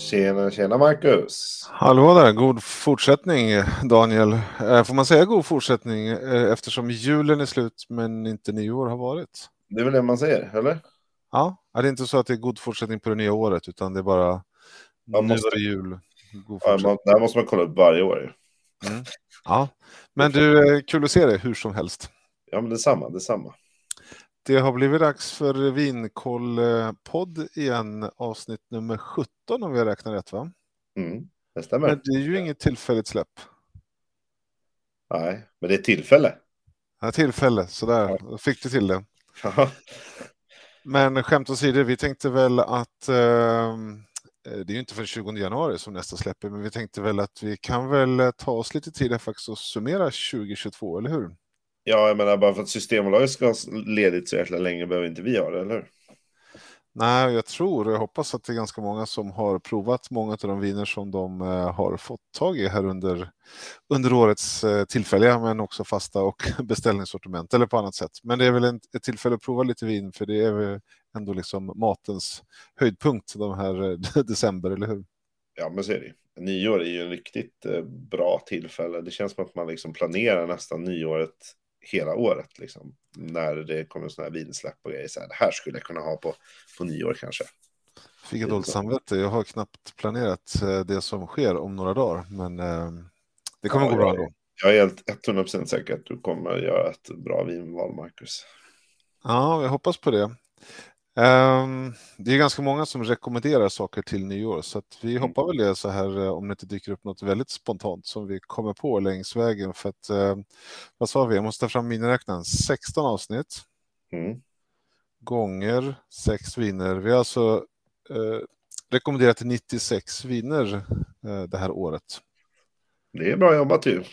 Tjena, tjena Marcus. Hallå där, god fortsättning Daniel. Får man säga god fortsättning eftersom julen är slut men inte nyår har varit? Det är väl det man säger, eller? Ja, det är inte så att det är god fortsättning på det nya året utan det är bara Man nu måste, var det jul. God ja, fortsättning. det här måste man kolla upp varje år. Ju. Ja, men du, kul att se dig hur som helst. Ja, men detsamma. Det har blivit dags för Vinkoll-podd igen, avsnitt nummer 17 om vi räknar rätt va? Det stämmer. Men det är ju inget tillfälligt släpp. Nej, men det är tillfälle. Ja, tillfälle, sådär, då fick du till det. Ja. Men skämt åsido, vi tänkte väl att det är ju inte för 20 januari som nästa släpper, men vi tänkte väl att vi kan väl ta oss lite tid faktiskt och summera 2022, eller hur? Ja, jag menar bara för att Systembolaget ska ha ledigt så jäkla länge behöver inte vi ha det, eller hur? Nej, jag hoppas att det är ganska många som har provat många av de viner som de har fått tag i här under årets tillfälliga men också fasta och beställningssortiment eller på annat sätt. Men det är väl ett tillfälle att prova lite vin för det är väl ändå liksom matens höjdpunkt de här december, eller hur? Ja, men så är det. Nyår är ju en riktigt bra tillfälle. Det känns som att man liksom planerar nästan nyåret hela året liksom. När det kommer sådana här vinsläpp och grejer. Så här, det här skulle jag kunna ha på nyår kanske. Fick ett dåligt samvete. Jag har knappt planerat det som sker om några dagar. Men det kommer gå bra ändå. Jag är helt 100% säker att du kommer göra ett bra vinval, Marcus. Ja, jag hoppas på det. Det är ganska många som rekommenderar saker till nyår. Så att vi hoppar väl det så här om det inte dyker upp något väldigt spontant som vi kommer på längs vägen. För att, vad sa vi? Jag måste ta fram miniräknaren. 16 avsnitt. Gånger 6 viner. Vi har alltså rekommenderat 96 viner det här året. Det är bra jobbat ju.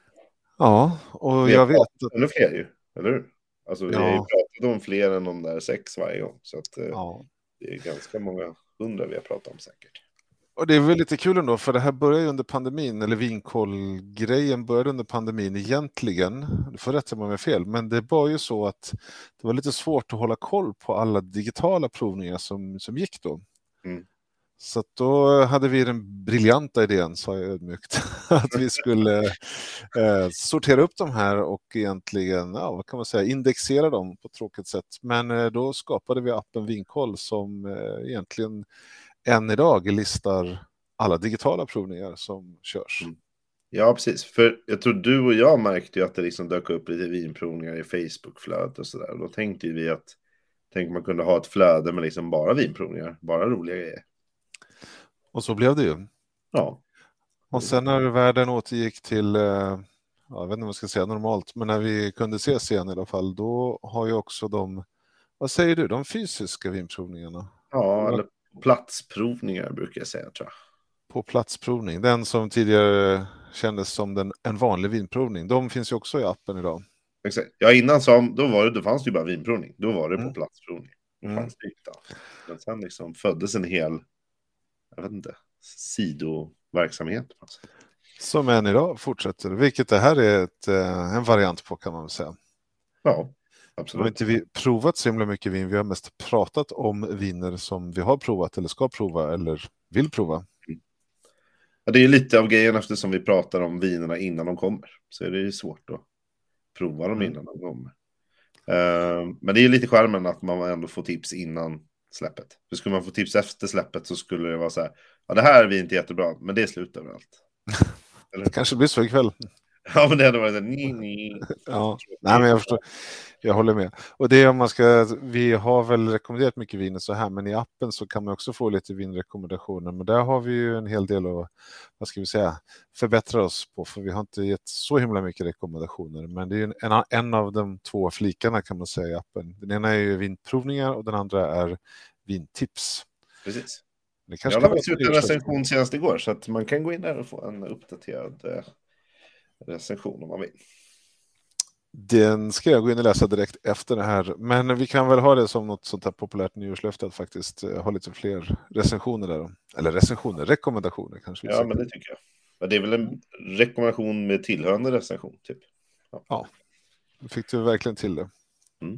Ja, och jag vet att... Ännu fler ju, eller hur? Alltså vi har ju pratat om fler än de där 6 varje gång. Så att det är ganska många 100 vi har pratat om säkert. Och det är väl lite kul ändå, för det här började under pandemin, eller vinkollgrejen började under pandemin egentligen. Du får rätta mig om jag är fel, men det var ju så att det var lite svårt att hålla koll på alla digitala provningar som gick då. Så att då hade vi den briljanta idén, sa jag ödmjukt, att vi skulle sortera upp de här och egentligen, vad kan man säga, indexera dem på ett tråkigt sätt. Men då skapade vi appen Vinkoll som egentligen än idag listar alla digitala provningar som körs. Ja, precis. För jag tror du och jag märkte ju att det liksom dök upp lite vinprovningar i Facebook-flödet och sådär. Då tänkte vi att man kunde ha ett flöde med liksom bara vinprovningar, bara roliga grejer. Och så blev det ju. Ja. Och sen när världen återgick till, jag vet inte vad jag ska säga normalt, men när vi kunde ses igen i alla fall, då har ju också vad säger du, de fysiska vinprovningarna? Ja, eller platsprovningar brukar jag säga, tror jag. På platsprovning, den som tidigare kändes som en vanlig vinprovning, de finns ju också i appen idag. Exakt. Ja, innan då fanns det ju bara vinprovning. Då var det på platsprovning. Då fanns det inte. Men sen liksom föddes en hel, jag vet inte, sidoverksamhet. Som än idag fortsätter, vilket det här är en variant på, kan man säga. Ja, absolut. Har inte vi provat så himla mycket vin, vi har mest pratat om viner som vi har provat eller ska prova eller vill prova. Ja, det är lite av grejen eftersom vi pratar om vinerna innan de kommer. Så är det ju svårt att prova dem innan de kommer. Men det är lite skärmen att man ändå får tips innan släppet. För skulle man få tips efter släppet så skulle det vara så här, ja, det här är vi inte jättebra, men det är slut överallt. Eller? Det kanske blir så ikväll. Ja, men det hade varit en Ja, nej, men jag förstår. Jag håller med. Och det om vi har väl rekommenderat mycket viner så här, men i appen så kan man också få lite vinrekommendationer. Men där har vi ju en hel del att, vad ska vi säga, förbättra oss på, för vi har inte gett så himla mycket rekommendationer. Men det är ju en av de 2 flikarna kan man säga i appen. Den ena är ju vinprovningar och den andra är vintips. Precis. Det jag har lagt ut en recension senast igår, så att man kan gå in där och få en uppdaterad recension om man vill. Den ska jag gå in och läsa direkt efter det här. Men vi kan väl ha det som något sånt här populärt nyårslöfte att faktiskt ha lite fler recensioner där. Eller rekommendationer kanske. Ja, men det tycker jag. Men det är väl en rekommendation med tillhörande recension, typ. Ja, fick du verkligen till det.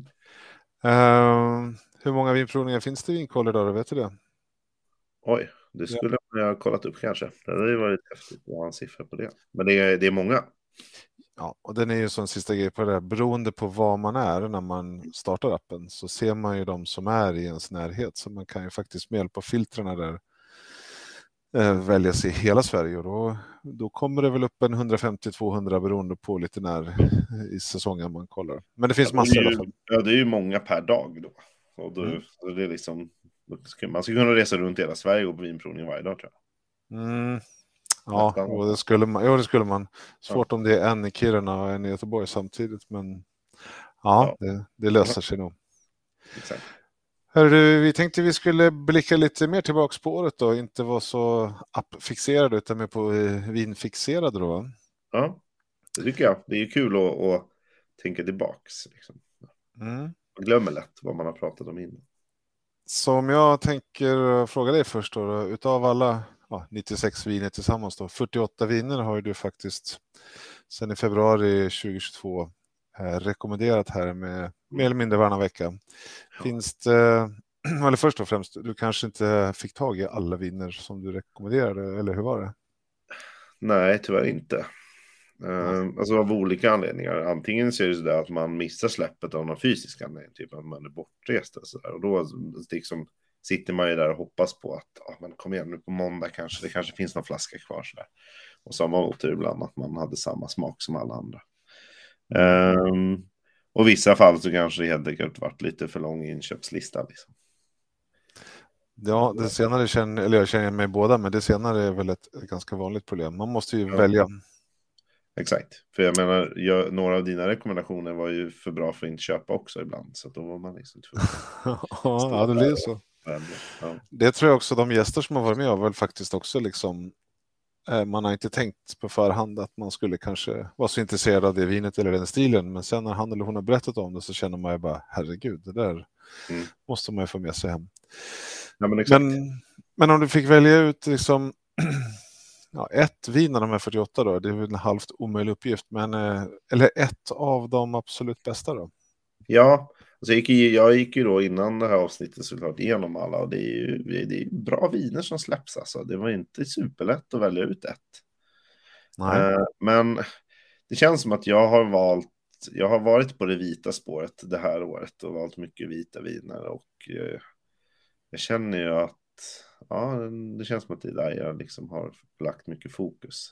Hur många vinprovningar finns det i Vinkoll idag, vet du det? Oj, Det skulle jag ha kollat upp kanske. Det hade ju varit häftigt att ha en siffra på det. Men det är många. Ja, och den är ju som sista grej på det här. Beroende på var man är när man startar appen så ser man ju de som är i ens närhet. Så man kan ju faktiskt med hjälp av filtrerna där välja sig i hela Sverige. Och då kommer det väl upp en 150-200 beroende på lite när i säsongen man kollar. Men det finns massor i alla fall. Ja, det är ju många per dag då. Och då, så det är liksom, man ska kunna resa runt hela Sverige och på vinprovning varje dag tror jag. Ja, och det skulle man. Ja, det skulle man. Svårt om det är en i Kiruna och en i Göteborg samtidigt, men ja. Det löser sig nog. Exakt. Hörru, vi tänkte vi skulle blicka lite mer tillbaka på året då, inte vara så appfixerade utan mer på vinfixerade då, va? Ja, det tycker jag. Det är ju kul att tänka tillbaks. Liksom. Man glömmer lätt vad man har pratat om innan. Som jag tänker fråga dig först då, utav alla 96 viner tillsammans då, 48 viner har ju du faktiskt sedan i februari 2022 rekommenderat här med mer eller mindre varannan vecka. Finns det, eller först och främst, du kanske inte fick tag i alla viner som du rekommenderade, eller hur var det? Nej, tyvärr inte. Alltså av olika anledningar. Antingen så är det så där att man missar släppet av någon fysisk anledning, typ att man är bortrest och så där. Och då liksom sitter man ju där och hoppas på att men kom igen nu på måndag kanske, det kanske finns någon flaska kvar så där. Och så har man otur ibland att man hade samma smak som alla andra. Och i vissa fall så kanske det helt enkelt varit lite för lång inköpslista liksom. Ja, det senare jag känner med båda, men det senare är väl ett ganska vanligt problem. Man måste ju välja. Exakt, för jag menar, några av dina rekommendationer var ju för bra för att inte köpa också ibland, så då var man liksom ja, det blir så. Ja. Det tror jag också de gäster som har varit med har väl faktiskt också liksom, man har inte tänkt på förhand att man skulle kanske vara så intresserad av det vinet eller den stilen, men sen när han eller hon har berättat om det så känner man ju bara, herregud, det där måste man ju få med sig hem. Ja, men om du fick välja ut liksom ett vin av de här 48 då, det är väl en halvt omöjlig uppgift, men eller ett av de absolut bästa då? Ja, alltså jag gick ju då innan det här avsnittet såklart igenom alla, och det är bra viner som släpps alltså. Det var inte superlätt att välja ut ett. Nej. Men det känns som att jag har varit på det vita spåret det här året och valt mycket vita viner, och jag känner ju att det känns som att det är där jag liksom har lagt mycket fokus.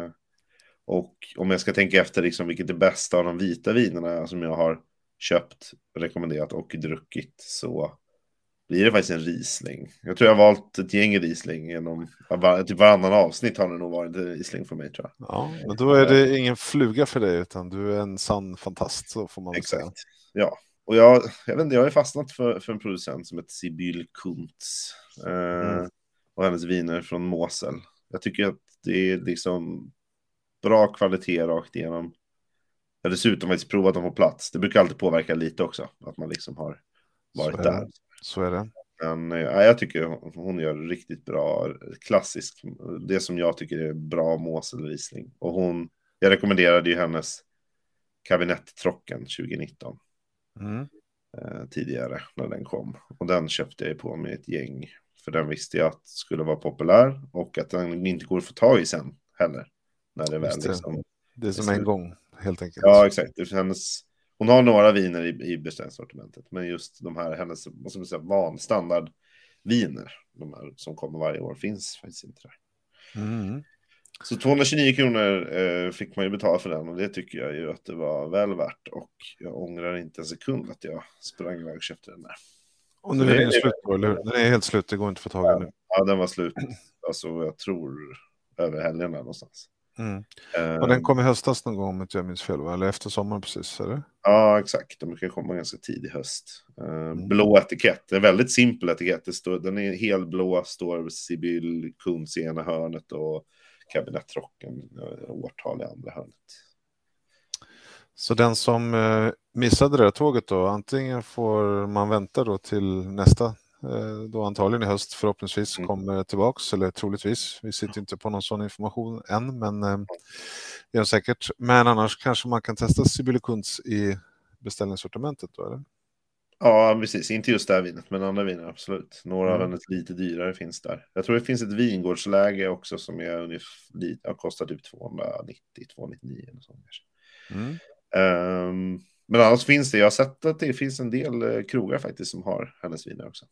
Och om jag ska tänka efter liksom vilket är bästa av de vita vinerna som jag har köpt, rekommenderat och druckit, så blir det faktiskt en Riesling. Jag tror jag har valt ett gäng Riesling genom typ varannan avsnitt har det nog varit en Riesling för mig tror jag. Ja, men då är det ingen fluga för dig utan du är en sann fantast, så får man väl säga. Ja, och jag vet inte, jag har fastnat för en producent som heter Sibyl Kuntz och hennes viner från Mosel. Jag tycker att det är liksom bra kvalitet rakt igenom. Jag har dessutom faktiskt provat dem på plats. Det brukar alltid påverka lite också, att man liksom har varit där. Så är det. Men jag tycker hon gör riktigt bra, klassisk, det som jag tycker är bra Mosel Riesling. Och jag rekommenderade ju hennes Kabinett-trocken 2019. Tidigare när den kom. Och den köpte jag på med ett gäng. För den visste jag att skulle vara populär och att den inte går att få tag i sen heller. När det väl liksom... Det är som en gång, helt enkelt. Ja, exakt. Hon har några viner i beställningssortimentet, men just de här, hennes standardviner, de här som kommer varje år, finns faktiskt inte där. Så 229 kronor fick man ju betala för den, och det tycker jag ju att det var väl värt, och jag ångrar inte en sekund att jag sprang iväg och köpte den där. Och nu är den slut då, eller? Den är helt slut, det går inte att få tag i nu. Ja, den var slut. Alltså jag tror över helgen där någonstans. Och den kom i höstas någon gång om inte jag minns fel, eller efter sommaren precis, eller? Ja, exakt. De kan komma ganska tidig höst. Blå etikett, det är väldigt simpel etikett. Den är helblå, står Sibyl Kuntz i ena hörnet och Kabinettrocken årtal i andra hörnet. Så den som missade det här tåget då, antingen får man vänta då till nästa, då antagligen i höst förhoppningsvis kommer tillbaks, eller troligtvis. Vi sitter inte på någon sån information än, men det är säkert. Men annars kanske man kan testa Sibyl Kuntz i beställningssortimentet då, eller? Ja, precis. Inte just det här vinet, men andra viner absolut. Några av Mm. hennes lite dyrare finns där. Jag tror det finns ett vingårdsläge också som är ungefär, kostar typ 290-299 eller så kanske. Mm. Men annars finns det, jag har sett att det finns en del krogar faktiskt som har hennes viner också.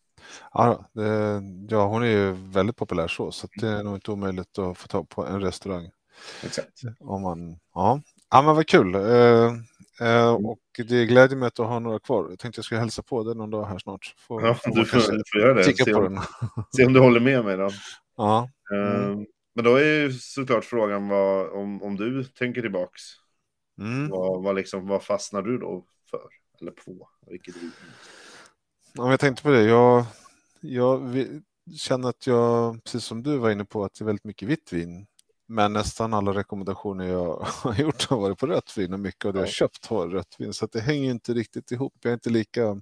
Ja, hon är ju väldigt populär så att det är nog inte omöjligt att få tag på en restaurang. Exakt. Ja, men vad kul. Och det gläder mig att du har några kvar. Jag tänkte jag skulle hälsa på dig någon dag här snart. Ja, du får göra det. Kika på den. Se om du håller med mig då. Ja. Men då är ju såklart frågan om du tänker tillbaks. Vad fastnar du då för? Eller på? Vilket vin? Ja, jag tänkte på det. Jag känner att jag, precis som du var inne på, att det är väldigt mycket vitt vin. Men nästan alla rekommendationer jag har gjort har varit på rött vin och mycket av det jag köpt har rött vin. Så att det hänger inte riktigt ihop. Jag är inte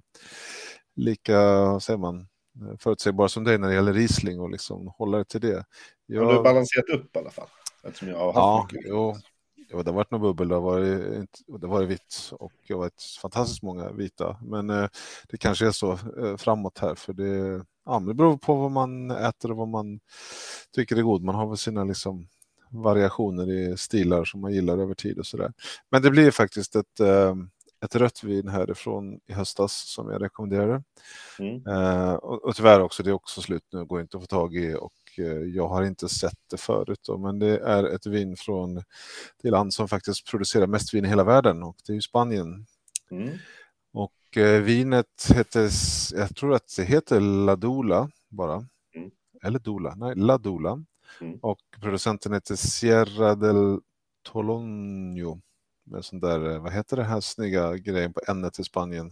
lika vad säger man, förutsägbar som dig när det gäller Riesling och liksom hålla det till det. Men du har balanserat upp i alla fall. Eftersom jag har haft mycket. Jo, det har varit någon bubbel, det har varit vitt och det har varit fantastiskt många vita. Men det kanske är så framåt här för det beror på vad man äter och vad man tycker är god. Man har väl sina liksom variationer i stilar som man gillar över tid och sådär. Men det blir faktiskt ett rött vin härifrån i höstas som jag rekommenderar. Och tyvärr också, det är också slut nu, går inte att få tag i och jag har inte sett det förut då, men det är ett vin från det land som faktiskt producerar mest vin i hela världen och det är ju Spanien. Och vinet heter, jag tror att det heter La Dula bara. Eller Dula, nej, La Dula. Och producenten heter Sierra del Tolonio. Med sån där, vad heter det här snygga grejen på ämnet i Spanien?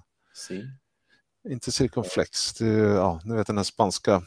Inte circumflex, det, nu vet den här spanska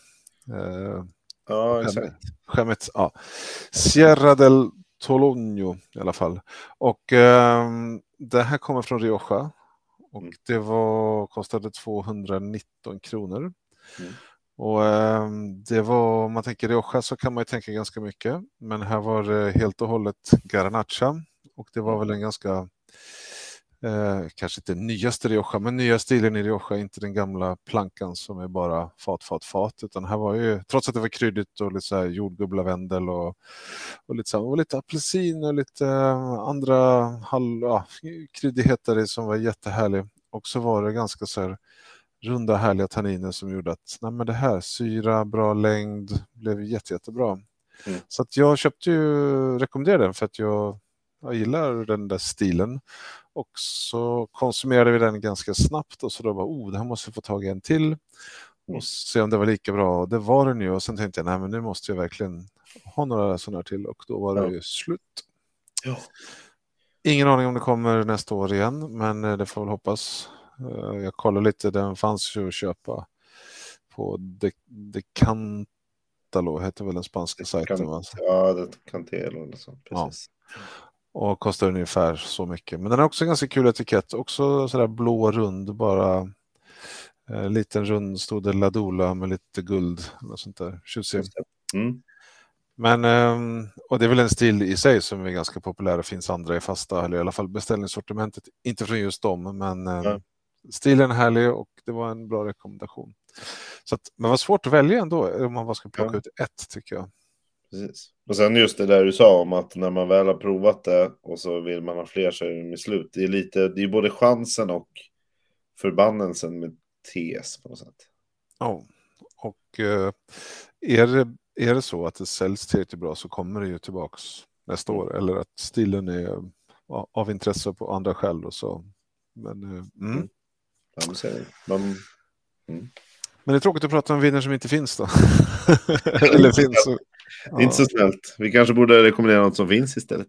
skämmet. Sierra del Tolonio i alla fall. Och det här kommer från Rioja och det kostade 219 kronor. Och det var, om man tänker Rioja så kan man ju tänka ganska mycket, men här var det helt och hållet Garnacha och det var väl en ganska kanske inte nyaste Rioja, men nya stilen i Rioja, inte den gamla plankan som är bara fat, utan här var ju, trots att det var kryddigt och lite så här jordgubblavendel och lite apelsin och lite andra kryddigheter som var jättehärlig, och så var det ganska så här runda härliga tanniner som gjorde att men det här, syra, bra längd, blev jättebra. Så att jag rekommenderade den för att jag gillar den där stilen. Och så konsumerade vi den ganska snabbt och så då var det här måste jag få tag i en till och se om det var lika bra. Och det var den ju, och sen tänkte jag men nu måste jag verkligen ha några sådana till, och då var det ju slut. Ingen aning om det kommer nästa år igen, men det får väl hoppas. Jag kollar lite, den fanns ju att köpa på Decantalo, heter väl den spanska sajten. Ja, Decantalo eller så, precis. Och kostar ungefär så mycket. Men den har också en ganska kul etikett. Också sådär blå rund, bara liten rund, stod det La Dula med lite guld och sånt där. Men och det är väl en stil i sig som är ganska populär och finns andra i fasta, eller i alla fall beställningssortimentet. Inte från just dem, men stilen är härlig och det var en bra rekommendation. Så att, men vad svårt att välja ändå om man bara ska plocka ut ett, tycker jag. Precis. Och sen just det där du sa om att när man väl har provat det och så vill man ha fler så är det med slut. Det är både chansen och förbannelsen med TS på något sätt. Ja, och är det så att det säljs tillräckligt bra så kommer det ju tillbaks nästa år, eller att stilen är av intresse på andra skäl och så. Men Men det är tråkigt att prata om viner som inte finns då. Eller finns. Det är inte så snällt. Vi kanske borde rekommendera något som finns istället.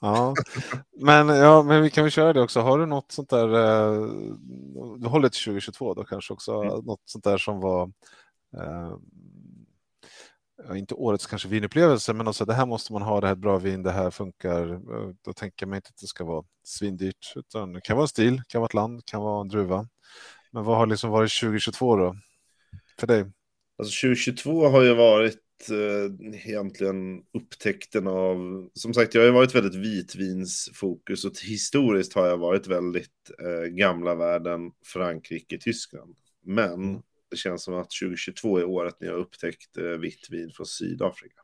Men vi kan väl köra det också. Har du något sånt där, du håller till 2022 då kanske också, något sånt där som var inte årets kanske vinupplevelse, men också det här måste man ha, det här bra vin, det här funkar. Då tänker man inte att det ska vara svindyrt, utan det kan vara en stil, kan vara ett land, kan vara en druva. Men vad har liksom varit 2022 då för dig? Alltså 2022 har ju varit egentligen upptäckten av, som sagt, jag har ju varit väldigt vitvinsfokus och historiskt har jag varit väldigt gamla världen, Frankrike, Tyskland. Men det känns som att 2022 är året när jag upptäckt vitt vin från Sydafrika.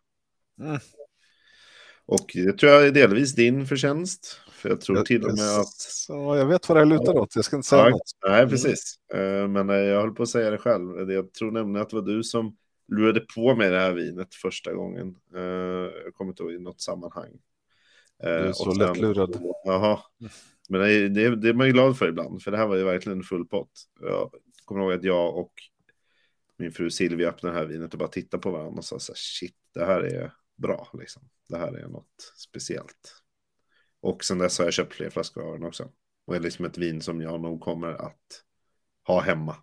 Och det tror jag är delvis din förtjänst. För jag tror till och med att... Så jag vet vad det här lutar åt, jag ska inte säga något. Nej, precis. Men jag höll på att säga det själv. Jag tror nämligen att det var du som lurade på mig det här vinet första gången. Jag kommer inte ihåg i något sammanhang. Du är så lättlurad. Jaha. Men det är man ju glad för ibland. För det här var ju verkligen en full pott. Jag kommer ihåg att jag och min fru Silvia öppnade det här vinet och bara tittade på varandra och sa så här, shit, det här är bra liksom. Det här är något speciellt. Och sen dess har jag köpt fler flaskor av den också. Och det är liksom ett vin som jag nog kommer att ha hemma.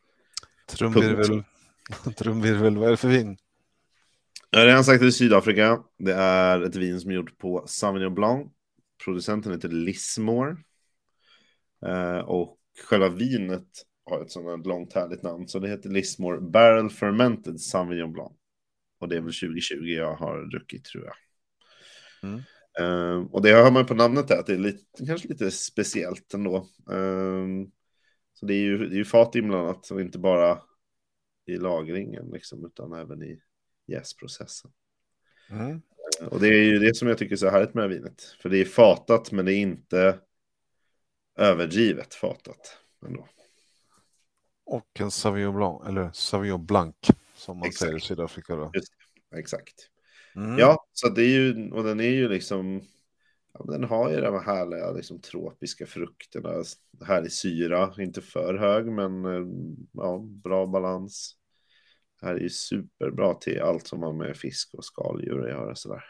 Trumvirvel, vad är det för vin? Jag har redan sagt det i Sydafrika. Det är ett vin som är gjort på Sauvignon Blanc. Producenten heter Lismore. Och själva vinet har ett sådant långt härligt namn. Så det heter Lismore Barrel Fermented Sauvignon Blanc. Och det är väl 2020 jag har druckit, tror jag. Och det hör man på namnet där, att det är kanske lite speciellt ändå. Så det är ju fat inblandat, och inte bara i lagringen liksom, utan även i jäsprocessen. Och det är ju det som jag tycker är så härligt med det här vinet. För det är fatat, men det är inte överdrivet fatat ändå. Och en Sauvignon Blanc, eller Sauvignon Blanc, som man säger i Sydafrika då. Just det, exakt. Ja, så det är ju, och den är ju liksom, ja, den har ju de här härliga liksom, tropiska frukterna, härlig syra, inte för hög, men ja, bra balans. Det här är ju superbra till allt som har med fisk och skaldjur att göra sådär.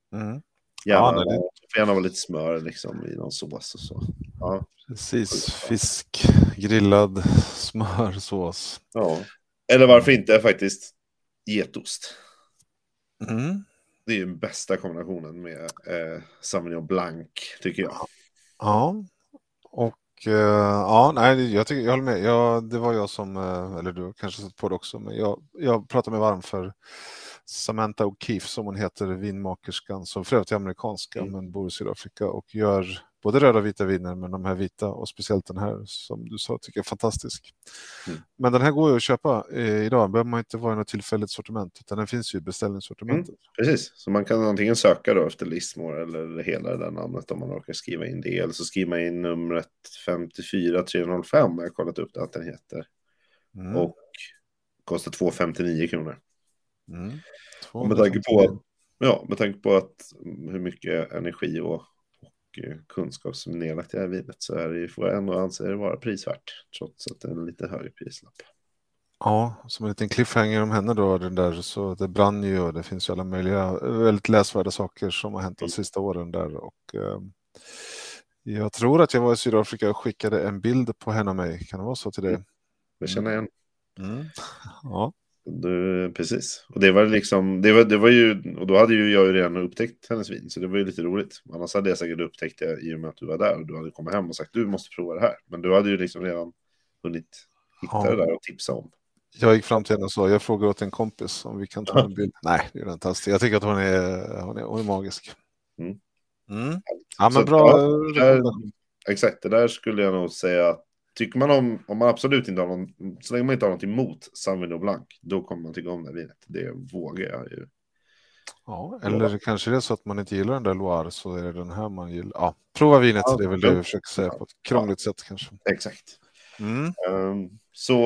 Gärna vara lite smör liksom, i någon sås och så. Ja. Precis, fisk, grillad, smörsås. Ja, eller varför inte faktiskt getost. Det är ju den bästa kombinationen med Sauvignon Blanc, tycker jag. Ja, och nej, jag håller med. Det var jag som, eller du kanske sett på det också, men jag pratar mig varm för Samantha O'Keefe, som hon heter, vinmakerskan, som för övrigt är amerikanska men bor i Sydafrika och gör både röda och vita viner, men de här vita och speciellt den här som du sa tycker jag är fantastisk. Men den här går ju att köpa idag, behöver man inte vara i något tillfälligt sortiment, utan den finns ju i beställningssortimentet. Precis, så man kan antingen söka då efter Lismore eller hela det där namnet om man orkar skriva in det, eller så skriver man in numret 54305, jag har kollat upp det att den heter, och kostar 2,59 kronor. Och med tanke på att hur mycket energi och kunskap som är nedlagt i det här vinet, så är det, får jag ändå anse det vara prisvärt, trots att det är en lite högre prislapp. Ja, som en liten cliffhanger om henne då, den där, så det brann ju och det finns ju alla möjliga väldigt läsvärda saker som har hänt de sista åren där, och jag tror att jag var i Sydafrika och skickade en bild på henne och mig, kan det vara så till det? Det känner jag igen. Ja. Precis. Och det var liksom, det var ju, och då hade ju jag redan upptäckt hennes vin, så det var ju lite roligt. Annars hade jag säkert upptäckt det i och med att du var där och du hade kommit hem och sagt du måste prova det här. Men du hade ju liksom redan hunnit hitta det där och tipsa om. Jag gick fram till henne och sa, jag frågar åt en kompis om vi kan ta en bild. Nej, det är fantastiskt. Jag tycker att hon är magisk. Ja, men bra. Exakt, det där skulle jag nog säga att tycker man om man absolut inte har någon, så länge man inte har något emot Sauvignon Blanc, då kommer man tycka om det vinet. Det vågar jag ju. Ja, eller kanske det är så att man inte gillar den där Loire, så är det den här man gillar. Ja, prova vinet, det är väl det vi försöker säga på ett krångligt sätt kanske. Exakt. Så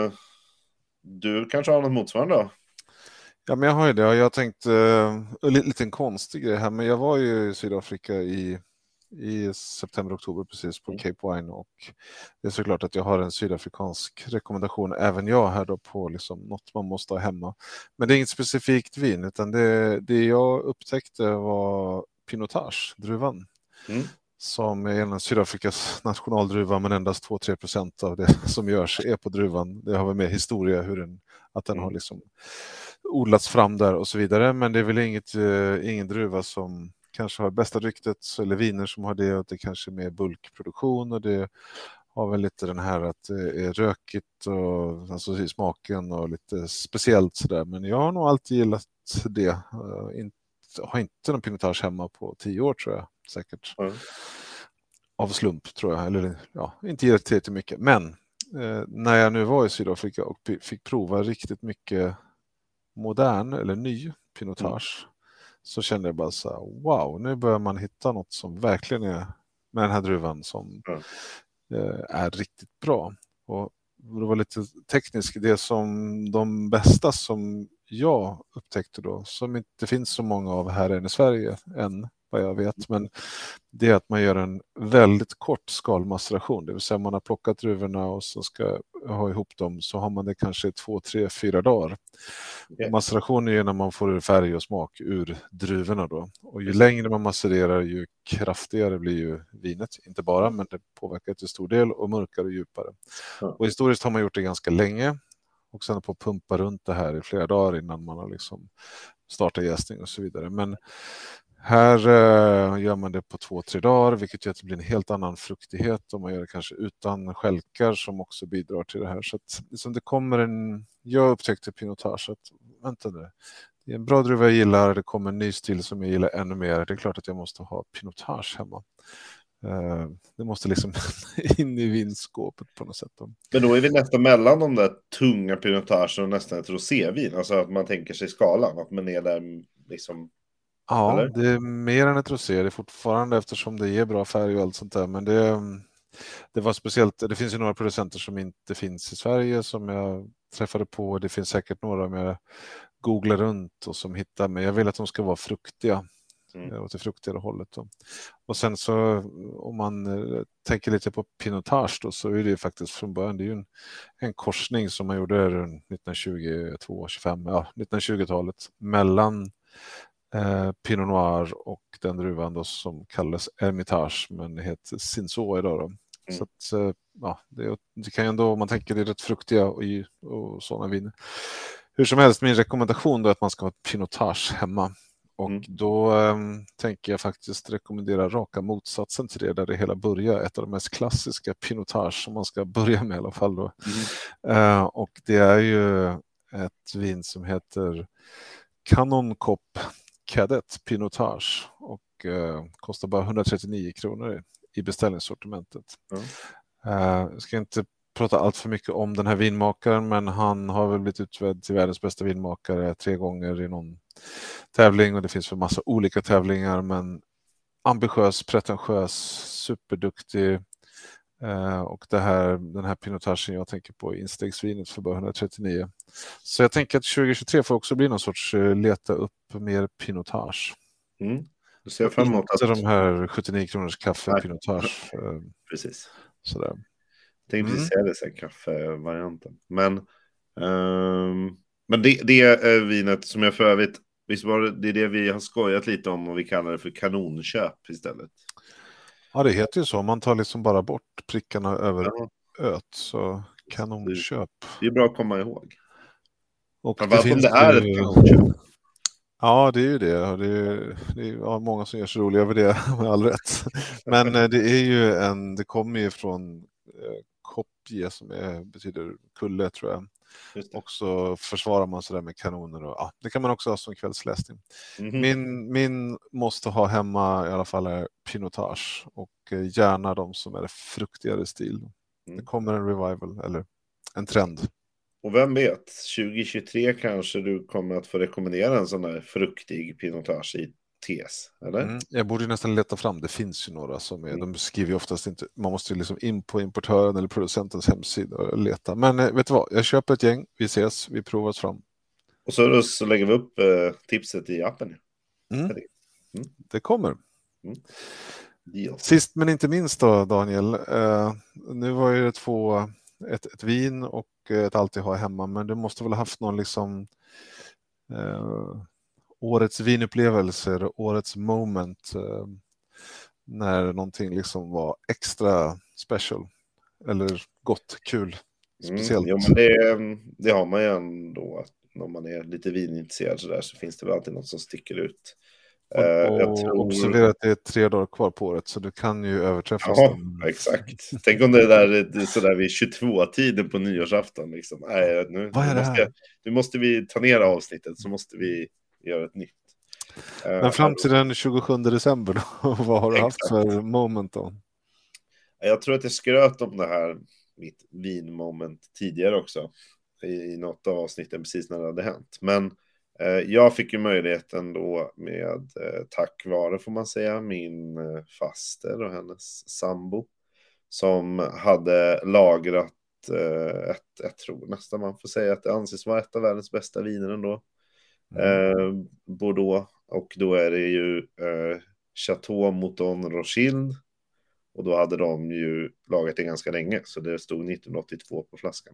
du kanske har något motsvarande då? Ja, men jag har ju det. Jag har tänkt en liten konstig grej här, men jag var ju i Sydafrika i september-oktober precis på Cape Wine, och det är såklart att jag har en sydafrikansk rekommendation även jag här då på liksom något man måste ha hemma. Men det är inget specifikt vin, utan det jag upptäckte var Pinotage, druvan. Som är en av Sydafrikas nationaldruva, men endast 2-3% av det som görs är på druvan. Det har väl med historia att den har liksom odlats fram där och så vidare, men det är väl ingen druva som kanske har bästa ryktet, eller viner som har det, och det kanske är mer bulkproduktion, och det har väl lite den här att det är rökigt och alltså i smaken och lite speciellt sådär. Men jag har nog alltid gillat det. Har inte någon pinotage hemma på 10 år tror jag säkert. Av slump tror jag, eller ja, inte gillat till mycket. Men när jag nu var i Sydafrika och fick prova riktigt mycket modern eller ny pinotage så kände jag bara så här, wow, nu börjar man hitta något som verkligen är med den här druvan som är riktigt bra. Och det var lite tekniskt, det som de bästa som jag upptäckte då, som inte finns så många av här än i Sverige än vad jag vet, men det är att man gör en väldigt kort skalmaceration, det vill säga man har plockat druvorna och så ska ha ihop dem, så har man det kanske 2, 3, 4 dagar. Okay. Maceration är ju när man får färg och smak ur druvorna då, och ju längre man macererar ju kraftigare blir ju vinet, inte bara, men det påverkar till stor del, och mörkare och djupare. Och historiskt har man gjort det ganska länge och sen på pumpa runt det här i flera dagar innan man har liksom startat jäsning och så vidare. Men här gör man det på 2-3 dagar, vilket gör att det blir en helt annan fruktighet, och man gör det kanske utan skälkar som också bidrar till det här. Så att liksom det kommer jag upptäckte pinotage att vänta nu, det är en bra druva jag gillar, det kommer en ny stil som jag gillar ännu mer, det är klart att jag måste ha pinotage hemma. Det måste liksom in i vinskåpet på något sätt. Men då är vi nästan mellan de där tunga pinotage och nästan ett rosévin, alltså att man tänker sig skalan, att man är där liksom. Ja, eller? Det är mer än ett rosé, det är fortfarande, eftersom det ger bra färg och allt sånt där, men det var speciellt, det finns ju några producenter som inte finns i Sverige som jag träffade på, det finns säkert några om jag googlar runt och som hittar, men jag vill att de ska vara fruktiga. Åt det fruktigare hållet då. Och sen så om man tänker lite på pinotage då, så är det ju faktiskt från början, det är ju en korsning som man gjorde runt 1920-talet mellan Pinot Noir och den druvan då som kallas Hermitage, men heter Cinsault idag då. Så att, ja, det kan ju ändå, om man tänker det är rätt fruktiga och sådana viner. Hur som helst, min rekommendation då är att man ska ha ett pinotage hemma. Och då tänker jag faktiskt rekommendera raka motsatsen till det, där det hela börjar. Ett av de mest klassiska pinotage som man ska börja med i alla fall då. Och det är ju ett vin som heter Canon Cop Cadet Pinotage och kostar bara 139 kronor i beställningssortimentet. Jag ska inte prata allt för mycket om den här vinmakaren, men han har väl blivit utvald till världens bästa vinmakare 3 gånger i någon tävling, och det finns för massa olika tävlingar, men ambitiös, pretentiös, superduktig, och den här pinotagen jag tänker på instegsvinet för bara 139. Så jag tänker att 2023 får också bli någon sorts leta upp mer pinotage. Du ser fram emot inte de här 79 kronors kaffe pinotage. Precis. Sådär. Tänkte precis säga det sen, kaffevarianten. Men det vinet som jag för övrigt, visst var det vi har skojat lite om, och vi kallar det för kanonköp istället. Ja, det heter ju så. Man tar liksom bara bort prickarna över öt, så kanonköp. Det är bra att komma ihåg. Och det finns det är ett kanonköp. Ja, det är ju det. Det är många som gör sig roliga över det med all rätt. Men det är ju det kommer ju från Kopje som betyder kulle, tror jag. Och så försvarar man sig där med kanoner. Och, det kan man också ha som kvällsläsning. Min måste ha hemma i alla fall är pinotage, och gärna de som är fruktigare stil. Det kommer en revival eller en trend. Och vem vet, 2023 kanske du kommer att få rekommendera en sån där fruktig pinotage i tes, eller? Jag borde nästan leta fram, det finns ju några som är, de skriver ju oftast inte, man måste ju liksom in på importören eller producentens hemsida och leta. Men vet du vad, jag köper ett gäng, vi ses, vi provar oss fram. Och så lägger vi upp tipset i appen. Det kommer. Sist men inte minst då, Daniel, nu var ju det ett vin och ett alltid ha hemma, men du måste väl ha haft någon liksom årets vinupplevelser, årets moment, när någonting liksom var extra special eller gott, kul, speciellt. Ja, men det har man ju ändå, att när man är lite vinintresserad så där, så finns det väl alltid något som sticker ut. Jag Och tror... observera att det är 3 dagar kvar på året, så du kan ju överträffas. Ja, exakt. Tänk om det är sådär vid 22-tiden på nyårsafton. Liksom. Nej, Vad är det här? nu måste vi ta ner avsnittet, så måste vi göra ett nytt. Men fram till den 27 december då, vad har du haft för moment då? Jag tror att jag skröt om det här, mitt vinmoment tidigare också. I något av avsnitten precis när det hade hänt. Men jag fick ju möjligheten då med, tack vare får man säga, min faster och hennes sambo. Som hade lagrat, jag tror nästan man får säga att det anses vara ett av världens bästa viner ändå. Bordeaux. Och då är det ju Chateau Mouton Rothschild. Och då hade de ju lagat det ganska länge. Så det stod 1982 på flaskan.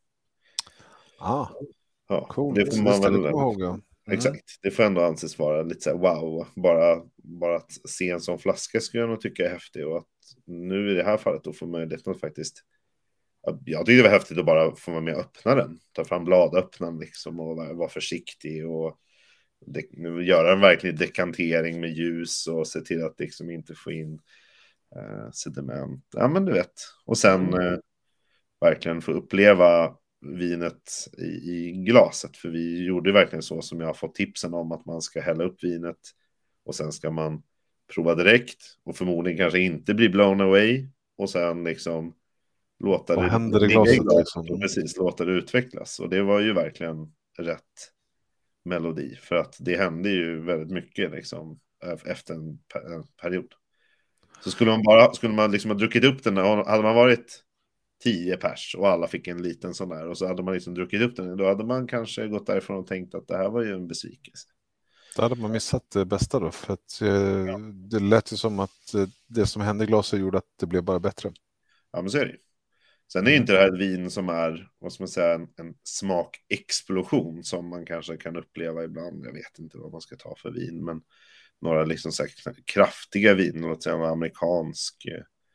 Ja, Cool. det får man väl... Exakt, det får ändå anses vara lite så här wow. Bara att se en sån flaska skulle jag nog tycka är häftig. Och att nu i det här fallet då får möjligheten att faktiskt... Jag tycker det var häftigt att bara få vara med och öppna den. Ta fram bladöppnaren liksom och vara försiktig och göra en verklig dekantering med ljus och se till att liksom inte få in sediment. Ja, men du vet. Och sen verkligen få uppleva vinet i glaset. För vi gjorde verkligen så som jag har fått tipsen om, att man ska hälla upp vinet och sen ska man prova direkt och förmodligen kanske inte bli blown away och sen liksom låta det ligga i glaset och precis låta det utvecklas. Och det var ju verkligen rätt melodi, för att det hände ju väldigt mycket liksom efter en period. Så skulle man liksom ha druckit upp den, hade man varit 10 pers och alla fick en liten sån där och så hade man liksom druckit upp den, då hade man kanske gått därifrån och tänkt att det här var ju en besvikelse. Då hade man missat det bästa då, för att det lät ju som att det som hände i glaset gjorde att det blev bara bättre. Ja, men så är det ju. Sen är ju inte det här ett vin som är, vad ska man säga, en smakexplosion som man kanske kan uppleva ibland. Jag vet inte vad man ska ta för vin, men några liksom så här kraftiga vin, låt säga en amerikansk,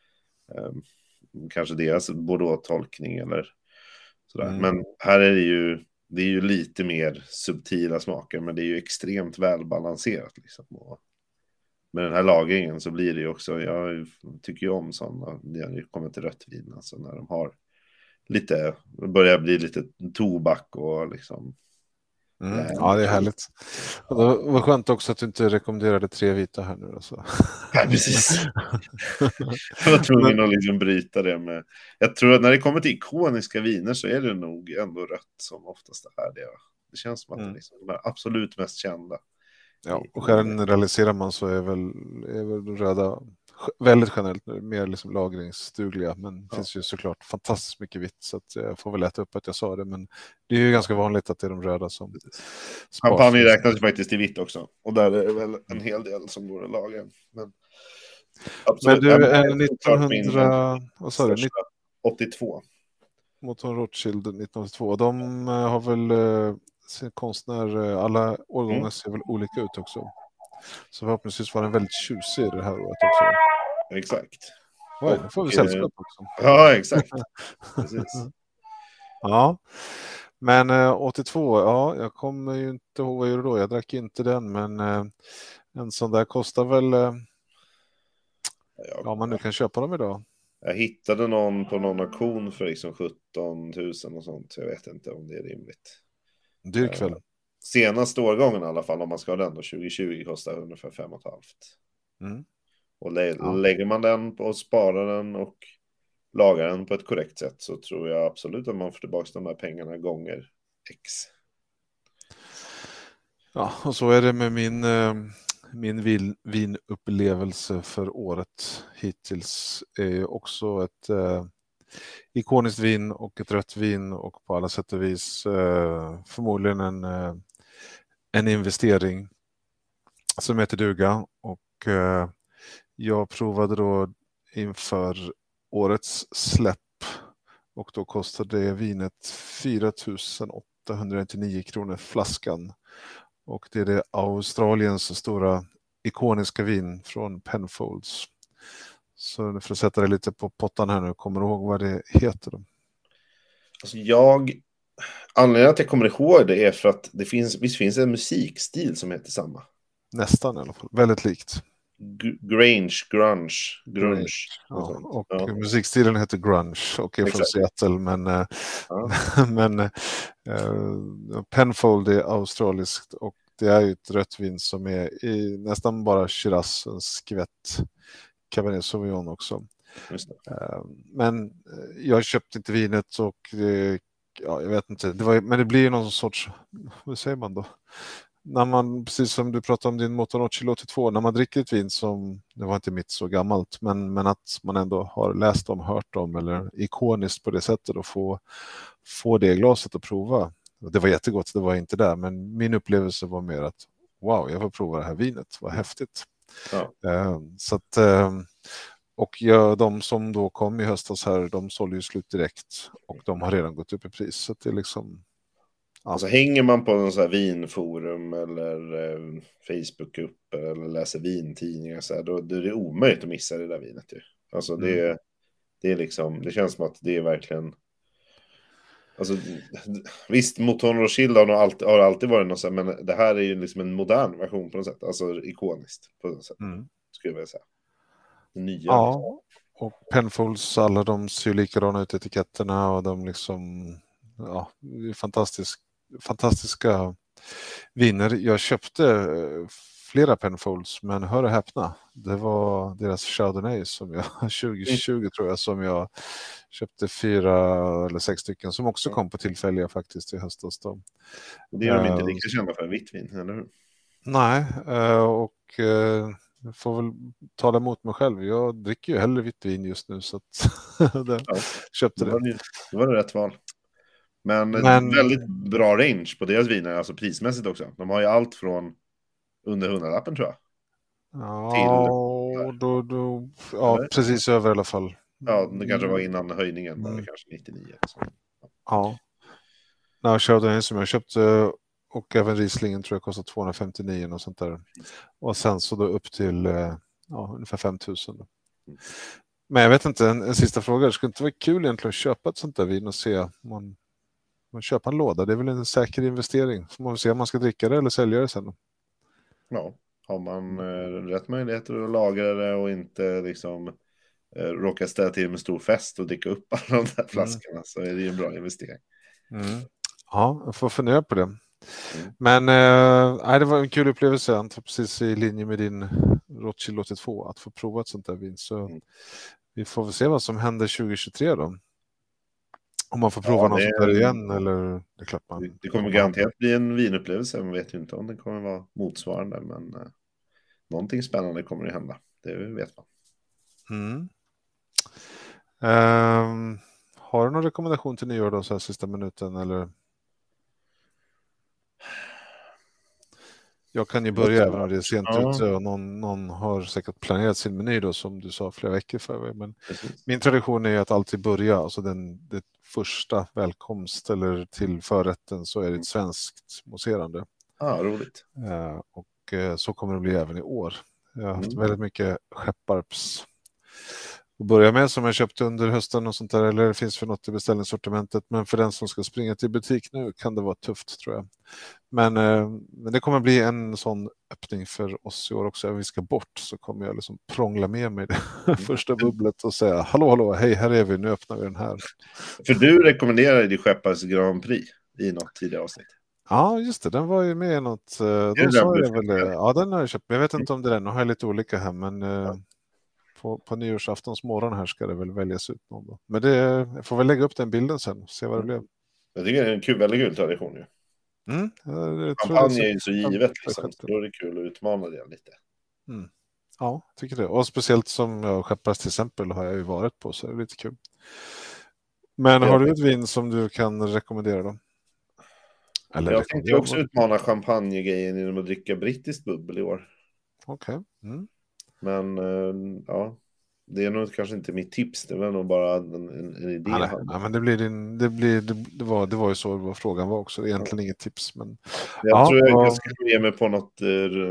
kanske deras Bordeaux-tolkning eller sådär. Men här är det är ju lite mer subtila smaker, men det är ju extremt välbalanserat liksom. Och med den här lagringen så blir det ju också, jag tycker ju om sådana, det kommer till rött vin, alltså när de har lite, börjar bli lite tobak och liksom. Ja, det är härligt. Och det var skönt också att du inte rekommenderade 3 vita här nu. Alltså. Ja, precis. Jag var tvungen att liksom bryta det med. Jag tror att när det kommer till ikoniska viner så är det nog ändå rött som oftast är det. Det känns som att det är liksom de absolut mest kända. Ja, och generaliserar man så är väl röda väldigt generellt mer liksom lagringsdugliga, men det finns ju såklart fantastiskt mycket vitt, så att jag får väl äta upp att jag sa det, men det är ju ganska vanligt att det är de röda som champagne räknas faktiskt till vitt också, och där är det väl en hel del som går att lagra. Men absolut. Men du, 1982 Mouton Rothschild 1982, de har väl konstnär, alla årgångar ser väl olika ut också. Så förhoppningsvis var den väldigt tjusig det här året också. Exakt. Oj, då får vi sällskap också. Ja, exakt. Precis. Ja, men 82, ja, jag kommer ju inte ihåg vad jag gjorde då. Jag drack inte den, men en sån där kostar väl, ja, man nu kan köpa dem idag. Jag hittade någon på någon auktion för liksom 17 000 och sånt. Jag vet inte om det är rimligt. Dyr kväll. Senaste årgången i alla fall, om man ska ha den då, 2020 kostar ungefär 5,5. Och lägger man den på och sparar den och lagar den på ett korrekt sätt, så tror jag absolut att man får tillbaka de här pengarna gånger X. Ja, och så är det med min vinupplevelse för året hittills. Är också ett ikoniskt vin och ett rött vin, och på alla sätt och vis förmodligen en investering som heter duga. Och jag provade då inför årets släpp, och då kostade det vinet 4 899 kronor flaskan. Och det är det Australiens stora ikoniska vin från Penfolds. Så för att sätta det lite på pottan här nu, kommer du ihåg vad det heter då? Alltså anledningen att jag kommer ihåg det är för att visst finns en musikstil som heter samma. Nästan i alla fall. Väldigt likt. Grunge. Ja, och ja. musikstilen heter grunge och är från Seattle, men, men Penfold är australiskt och det är ju ett rött vin som är i nästan bara Shiraz, en skvätt Cabernet Sauvignon också. Men jag köpte inte vinet och ja, jag vet inte, men det blir ju någon sorts, vad säger man då? När man, precis som du pratade om din Motonocchi 82, när man dricker ett vin som, det var inte mitt så gammalt, men att man ändå har läst om, hört om eller ikoniskt på det sättet och få det glaset att prova. Det var jättegott, det var inte där, men min upplevelse var mer att wow, jag får prova det här vinet, vad häftigt. Ja. Så att, och de som då kom i höstas här, de sålde ju slut direkt och de har redan gått upp i pris, så att det är liksom. Ja. Alltså hänger man på någon sån här vinforum eller Facebookgrupp eller läser vintidningar så här, då är det omöjligt att missa det där vinet ju. Alltså det är liksom, det känns som att det är verkligen, alltså visst, Motonocchi har alltid varit något så här, men det här är ju liksom en modern version på något sätt, alltså ikoniskt på något sätt, skulle jag vilja säga. Det nya. Ja, och Penfolds, alla de ser likadana ut, etiketterna, och de liksom, ja, det är fantastiska viner. Jag köpte flera Penfolds, men hör och häpna, det var deras Chardonnay som jag 2020 tror jag, som jag köpte 4 eller 6 stycken som också kom på tillfälliga faktiskt i höstas då. Det är de inte lika kända för, vitt vin, eller hur? Nej, och jag får väl tala emot mig själv. Jag dricker ju hellre vitt vin just nu, så att köpte det. Det var rätt val. Men väldigt bra range på deras viner, alltså prismässigt också. De har ju allt från under 100-lappen tror jag. Ja, precis över i alla fall. Ja, det kanske var innan höjningen, var det kanske 99. Så. Ja. Chardonnay som jag köpte och även Rieslingen tror jag kostar 259 och sånt där. Och sen så då upp till ungefär 5000. Men jag vet inte, en sista fråga. Det skulle inte vara kul egentligen att köpa ett sånt där vin och se man köper en låda. Det är väl en säker investering. Så man får se om man ska dricka det eller sälja det sen. Ja, har man rätt möjligheter att lagra det och inte liksom råka ställa till med stor fest och dricka upp alla de där flaskorna, så är det ju en bra investering. Ja, jag får fundera på det. Men det var en kul upplevelse, precis i linje med din Rothschild 82, att få prova ett sånt där vin. Så vi får väl se vad som händer 2023 då. Om man får prova något sånt där igen, eller det är klart man. Det kommer garanterat bli en vinupplevelse, man vet ju inte om det kommer vara motsvarande, men någonting spännande kommer det hända, det vet man. Har du någon rekommendation till nyår då, så här sista minuten, eller? Jag kan ju börja även om det är sent ute och någon har säkert planerat sin meny då, som du sa, flera veckor förr. Men min tradition är att alltid börja, alltså det första välkomst eller till förrätten, så är det ett svenskt mousserande. Roligt. Och så kommer det bli även i år. Jag har haft väldigt mycket skepparps att börja med som jag köpte under hösten och sånt där, eller det finns för något i beställningssortimentet, men för den som ska springa till butik nu kan det vara tufft tror jag. Men det kommer bli en sån öppning för oss i år också. Om vi ska bort så kommer jag liksom prångla med mig det första bubblet och säga hallå, hej, här är vi, nu öppnar vi den här. För du rekommenderar ju Skepparps Grand Prix i något tidigare avsnitt. Ja, just det, den var ju med i något. Då sa jag väl, ja, den har jag köpt. Jag vet inte om det är den, nu har jag lite olika här, men på nyårsaftons morgon här ska det väl väljas ut någon då. Men jag får väl lägga upp den bilden sen och se vad det blev. Jag tycker det är en väldigt kul tradition ju. Champagne är ju så givet liksom, så då är det kul att utmana det lite. Ja, tycker det. Och speciellt som jag Skepparps till exempel har jag ju varit på, så är det lite kul. Men har du ett vin som du kan rekommendera då? Eller jag tänkte också utmana champagnegrejen genom att dricka brittiskt bubbel i år. Okej. Men ja, det är nog kanske inte mitt tips. Det var nog bara en idé. Nej, men det var ju så frågan var också. Egentligen inget tips. Men jag tror jag ska ge mig på något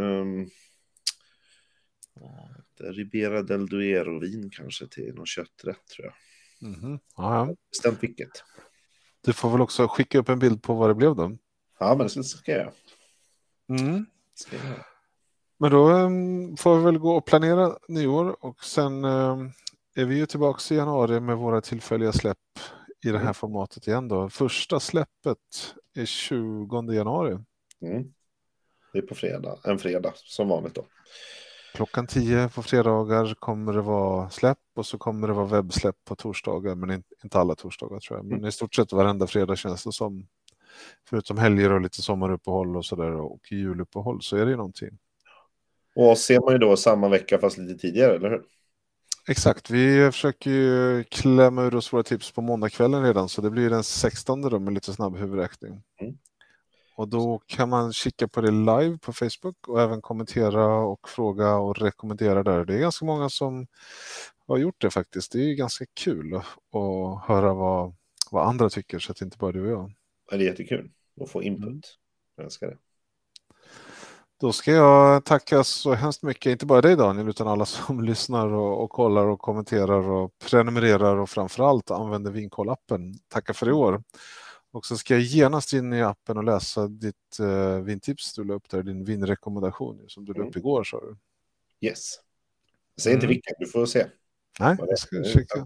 Ribera del Duero-vin kanske till någon kötträtt tror jag. Bestämt vilket. Du får väl också skicka upp en bild på vad det blev då. Ja, men det ska jag. Men då får vi väl gå och planera nyår och sen är vi ju tillbaka i januari med våra tillfälliga släpp i det här formatet igen då. Första släppet är 20 januari. Mm. Det är på en fredag som vanligt då. Klockan 10 på fredagar kommer det vara släpp och så kommer det vara webbsläpp på torsdagar, men inte alla torsdagar tror jag. Men i stort sett varenda fredag känns det som, förutom helger och lite sommaruppehåll och sådär och juluppehåll, så är det ju någonting. Och ser man ju då samma vecka fast lite tidigare, eller hur? Exakt, vi försöker ju klämma ur oss våra tips på måndagskvällen redan, så det blir den 16 då med lite snabb huvudräkning. Och då kan man kika på det live på Facebook och även kommentera och fråga och rekommendera där. Det är ganska många som har gjort det faktiskt. Det är ju ganska kul att höra vad andra tycker, så att det inte bara du och jag. Ja, det är jättekul att få input. Jag älskar det. Då ska jag tacka så hemskt mycket, inte bara dig Daniel, utan alla som lyssnar och kollar och kommenterar och prenumererar och framförallt använder Vinkoll-appen. Tacka för i år. Och så ska jag genast in i appen och läsa ditt vintips du la upp där, din vinrekommendation som du la upp igår, sa du. Yes. Säg inte vilka, du får se. Nej, jag ska kika.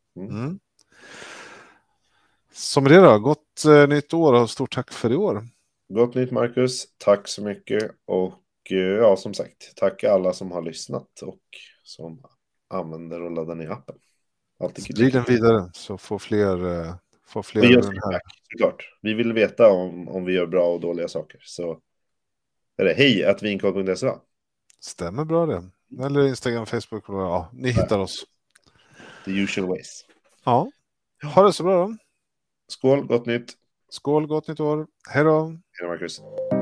Som det då, gott nytt år och stort tack för i år. Gott nytt Marcus, tack så mycket och ja, som sagt, tack alla som har lyssnat och som använder och laddar ner appen. Sprid den vidare så får fler vi gör den här. Såklart. Vi vill veta om vi gör bra och dåliga saker. Så är det hej@vinkoll.se. Stämmer bra det. Eller Instagram, Facebook, ja, ni hittar oss. The usual ways. Ja, ha det så bra då. Skål, gott nytt. Skål, gott nytt år. Hej då. Hej då, Marcus.